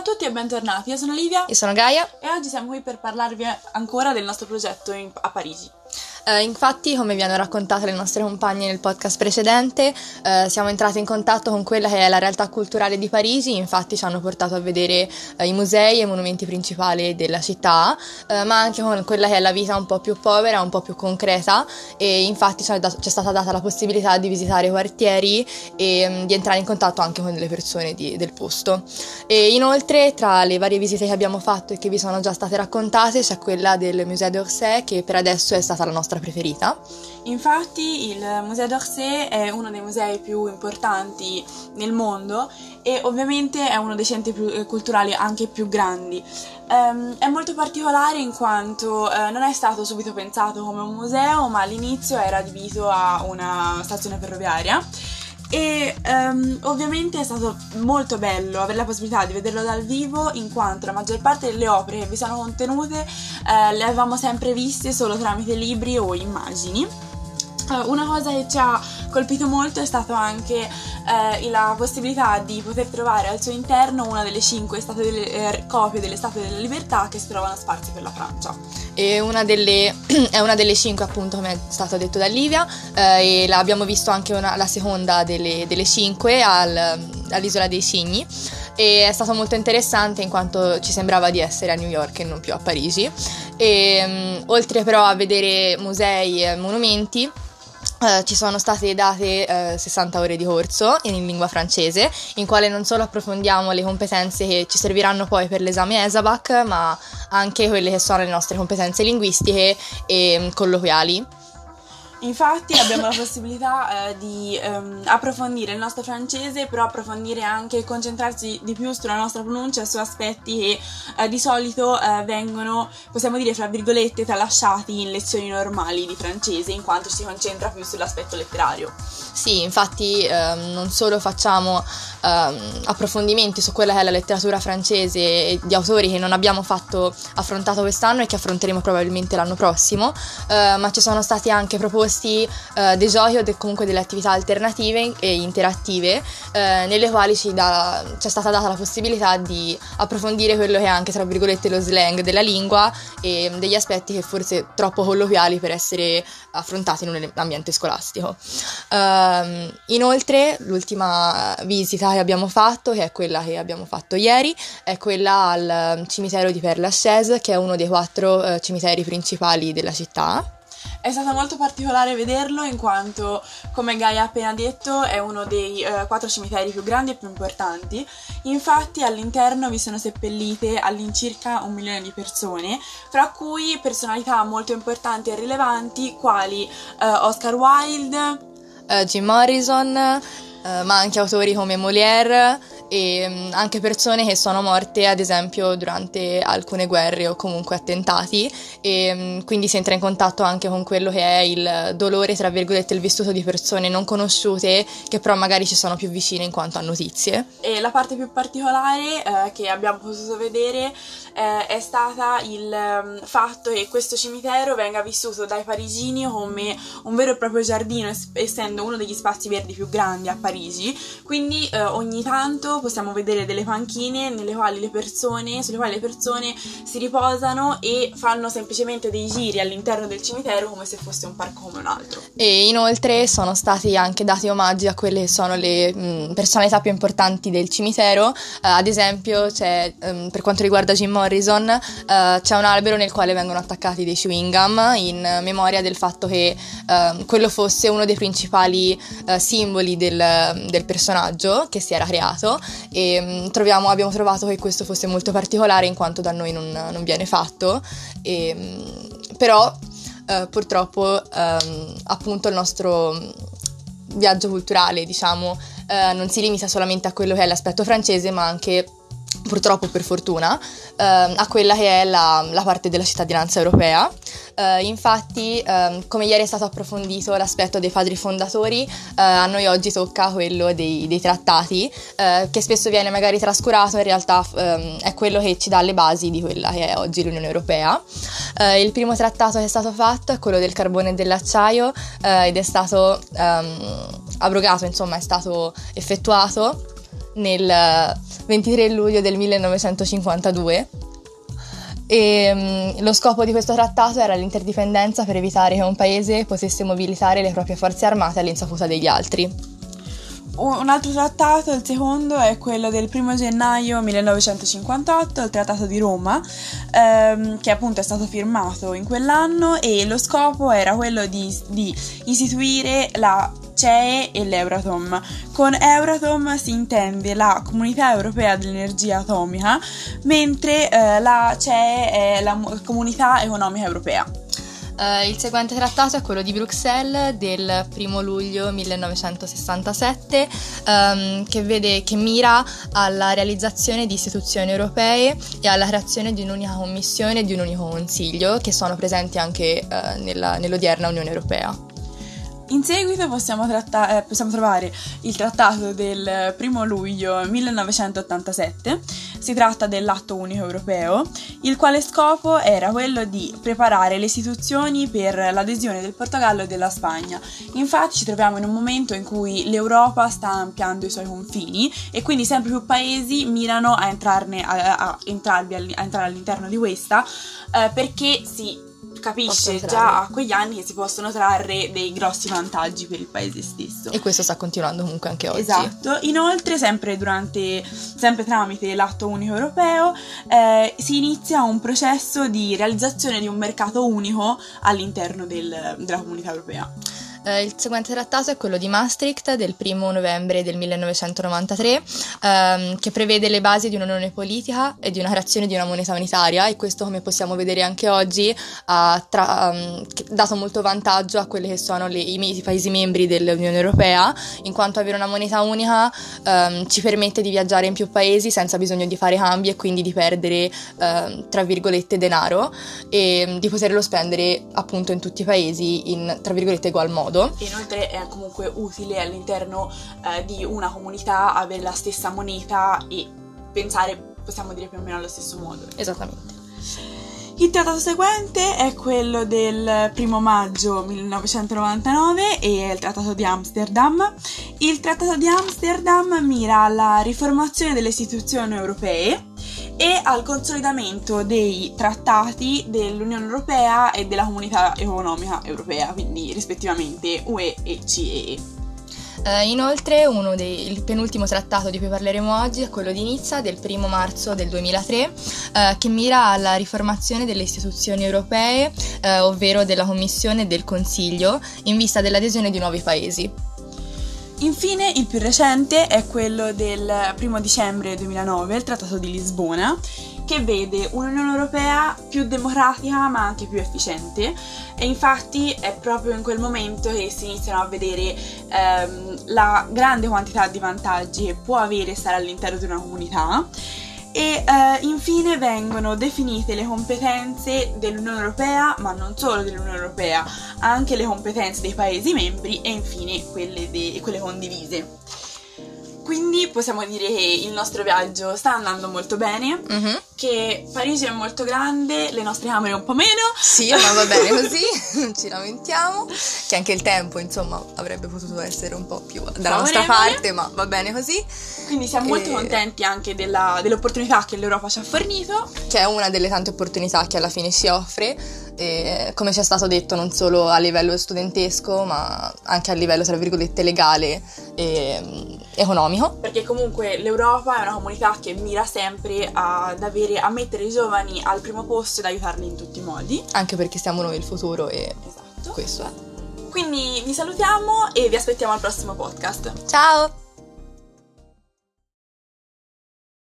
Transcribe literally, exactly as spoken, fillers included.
tutti e bentornati, io sono Livia. Io sono Gaia. E oggi siamo qui per parlarvi ancora del nostro progetto in, a Parigi. Uh, infatti, come vi hanno raccontato le nostre compagne nel podcast precedente, uh, siamo entrati in contatto con quella che è la realtà culturale di Parigi. Infatti ci hanno portato a vedere uh, i musei e i monumenti principali della città, uh, ma anche con quella che è la vita un po' più povera, un po' più concreta, e infatti ci è stata data la possibilità di visitare i quartieri e um, di entrare in contatto anche con le persone di, del posto. E inoltre, tra le varie visite che abbiamo fatto e che vi sono già state raccontate, c'è quella del Musée d'Orsay, che per adesso è stata la nostra preferita. Infatti il Musée d'Orsay è uno dei musei più importanti nel mondo e ovviamente è uno dei centri più, culturali anche più grandi. Um, è molto particolare in quanto uh, non è stato subito pensato come un museo, ma all'inizio era adibito a una stazione ferroviaria. E um, ovviamente è stato molto bello avere la possibilità di vederlo dal vivo, in quanto la maggior parte delle opere che vi sono contenute eh, le avevamo sempre viste solo tramite libri o immagini. Uh, una cosa che ci ha colpito molto è stato anche eh, la possibilità di poter trovare al suo interno una delle cinque statue delle, eh, copie delle Statue della Libertà che si trovano sparse per la Francia. E una delle, è una delle cinque, appunto, come è stato detto da Livia, eh, e l'abbiamo visto anche una, la seconda delle, delle cinque al, all'Isola dei Cigni, e è stato molto interessante in quanto ci sembrava di essere a New York e non più a Parigi. E um, oltre però a vedere musei e monumenti, Uh, ci sono state date uh, sessanta ore di corso in lingua francese, in quale non solo approfondiamo le competenze che ci serviranno poi per l'esame E S A B A C, ma anche quelle che sono le nostre competenze linguistiche e um, colloquiali. Infatti abbiamo la possibilità eh, di ehm, approfondire il nostro francese, però approfondire anche e concentrarsi di più sulla nostra pronuncia e su aspetti che eh, di solito eh, vengono, possiamo dire, fra virgolette, tralasciati in lezioni normali di francese, in quanto ci si concentra più sull'aspetto letterario. Sì, infatti ehm, non solo facciamo ehm, approfondimenti su quella che è la letteratura francese e di autori che non abbiamo fatto affrontato quest'anno e che affronteremo probabilmente l'anno prossimo, eh, ma ci sono stati anche proposti Uh, dei giochi o de- comunque delle attività alternative e interattive uh, nelle quali ci da, ci è stata data la possibilità di approfondire quello che è anche, tra virgolette, lo slang della lingua e degli aspetti che forse troppo colloquiali per essere affrontati in un ambiente scolastico. Uh, inoltre l'ultima visita che abbiamo fatto, che è quella che abbiamo fatto ieri, è quella al cimitero di Père Lachaise, che è uno dei quattro uh, cimiteri principali della città. È stato molto particolare vederlo in quanto, come Gaia ha appena detto, è uno dei eh, quattro cimiteri più grandi e più importanti. Infatti all'interno vi sono seppellite all'incirca un milione di persone, fra cui personalità molto importanti e rilevanti quali eh, Oscar Wilde, uh, Jim Morrison, uh, ma anche autori come Molière e um, anche persone che sono morte ad esempio durante alcune guerre o comunque attentati, e um, quindi si entra in contatto anche con quello che è il dolore, tra virgolette, il vissuto di persone non conosciute che però magari ci sono più vicine in quanto a notizie. E la parte più particolare eh, che abbiamo potuto vedere eh, è stata il um, fatto che questo cimitero venga vissuto dai parigini come un vero e proprio giardino, es- essendo uno degli spazi verdi più grandi a Parigi. Quindi eh, ogni tanto possiamo vedere delle panchine nelle quali le persone, sulle quali le persone si riposano e fanno semplicemente dei giri all'interno del cimitero come se fosse un parco come un altro. E inoltre sono stati anche dati omaggi a quelle che sono le mh, personalità più importanti del cimitero. Uh, ad esempio c'è, um, per quanto riguarda Jim Morrison, uh, c'è un albero nel quale vengono attaccati dei chewing gum in memoria del fatto che uh, quello fosse uno dei principali uh, simboli del, del personaggio che si era creato. E um, troviamo, abbiamo trovato che questo fosse molto particolare in quanto da noi non, non viene fatto, e, um, però uh, purtroppo um, appunto il nostro viaggio culturale, diciamo, uh, non si limita solamente a quello che è l'aspetto francese, ma anche, purtroppo per fortuna, uh, a quella che è la, la parte della cittadinanza europea. Uh, infatti, um, come ieri è stato approfondito l'aspetto dei padri fondatori, uh, a noi oggi tocca quello dei, dei trattati, uh, che spesso viene magari trascurato, in realtà um, è quello che ci dà le basi di quella che è oggi l'Unione Europea. Uh, il primo trattato che è stato fatto è quello del carbone e dell'acciaio, uh, ed è stato um, abrogato, insomma è stato effettuato nel ventitré luglio del millenovecentocinquantadue. E um, lo scopo di questo trattato era l'interdipendenza per evitare che un paese potesse mobilitare le proprie forze armate all'insaputa degli altri. Un altro trattato, il secondo, è quello del primo gennaio millenovecentocinquantotto, il Trattato di Roma, ehm, che appunto è stato firmato in quell'anno, e lo scopo era quello di, di istituire la C E E e l'Euratom. Con Euratom si intende la Comunità Europea dell'Energia Atomica, mentre eh, la C E E è la Comunità Economica Europea. Uh, il seguente trattato è quello di Bruxelles del primo luglio millenovecentosessantasette, um, che vede che mira alla realizzazione di istituzioni europee e alla creazione di un'unica commissione e di un unico consiglio, che sono presenti anche uh, nella, nell'odierna Unione Europea. In seguito possiamo, tratta- eh, possiamo trovare il trattato del primo luglio millenovecentottantasette. Si tratta dell'atto unico europeo, il quale scopo era quello di preparare le istituzioni per l'adesione del Portogallo e della Spagna. Infatti ci troviamo in un momento in cui l'Europa sta ampliando i suoi confini e quindi sempre più paesi mirano a, entrarne, a, a, entrarvi, a entrare all'interno di questa, eh, perché si capisce già a quegli anni che si possono trarre dei grossi vantaggi per il paese stesso. E questo sta continuando comunque anche oggi. Esatto. Inoltre, sempre durante, sempre tramite l'atto unico europeo, eh, si inizia un processo di realizzazione di un mercato unico all'interno del, della comunità europea. Eh, il seguente trattato è quello di Maastricht del primo novembre del millenovecentonovantatré, ehm, che prevede le basi di un'unione politica e di una creazione di una moneta unitaria, e questo, come possiamo vedere anche oggi, ha tra, um, dato molto vantaggio a quelli che sono le, i, i paesi membri dell'Unione Europea, in quanto avere una moneta unica um, ci permette di viaggiare in più paesi senza bisogno di fare cambi e quindi di perdere, um, tra virgolette, denaro, e um, di poterlo spendere appunto in tutti i paesi in, tra virgolette, egual modo. E inoltre è comunque utile all'interno eh, di una comunità avere la stessa moneta e pensare, possiamo dire, più o meno allo stesso modo. Esattamente. Il trattato seguente è quello del primo maggio millenovecentonovantanove e è il Trattato di Amsterdam. Il Trattato di Amsterdam mira alla riformazione delle istituzioni europee e al consolidamento dei trattati dell'Unione Europea e della Comunità Economica Europea, quindi rispettivamente U E e C E E. Uh, inoltre uno dei, il penultimo trattato di cui parleremo oggi è quello di Nizza del primo marzo del duemilatré, uh, che mira alla riformazione delle istituzioni europee, uh, ovvero della Commissione e del Consiglio, in vista dell'adesione di nuovi paesi. Infine, il più recente è quello del primo dicembre duemilanove, il Trattato di Lisbona, che vede un'Unione Europea più democratica ma anche più efficiente, e infatti è proprio in quel momento che si iniziano a vedere ehm, la grande quantità di vantaggi che può avere stare all'interno di una comunità. E eh, infine vengono definite le competenze dell'Unione Europea, ma non solo dell'Unione Europea, anche le competenze dei Paesi membri e infine quelle, de- quelle condivise. Quindi possiamo dire che il nostro viaggio sta andando molto bene, Mm-hmm. che Parigi è molto grande, le nostre camere un po' meno. Sì, ma va bene così, non ci lamentiamo, che anche il tempo, insomma, avrebbe potuto essere un po' più dalla nostra favorevole. parte, ma va bene così. Quindi siamo molto E- contenti anche della, delle opportunità che l'Europa ci ha fornito. Che è una delle tante opportunità che alla fine si offre, e, come ci è stato detto, non solo a livello studentesco, ma anche a livello, tra virgolette, legale e mm, economico. Perché comunque l'Europa è una comunità che mira sempre ad avere, a mettere i giovani al primo posto ed aiutarli in tutti i modi. Anche perché siamo noi il futuro e Esatto. questo è. Quindi vi salutiamo e vi aspettiamo al prossimo podcast. Ciao!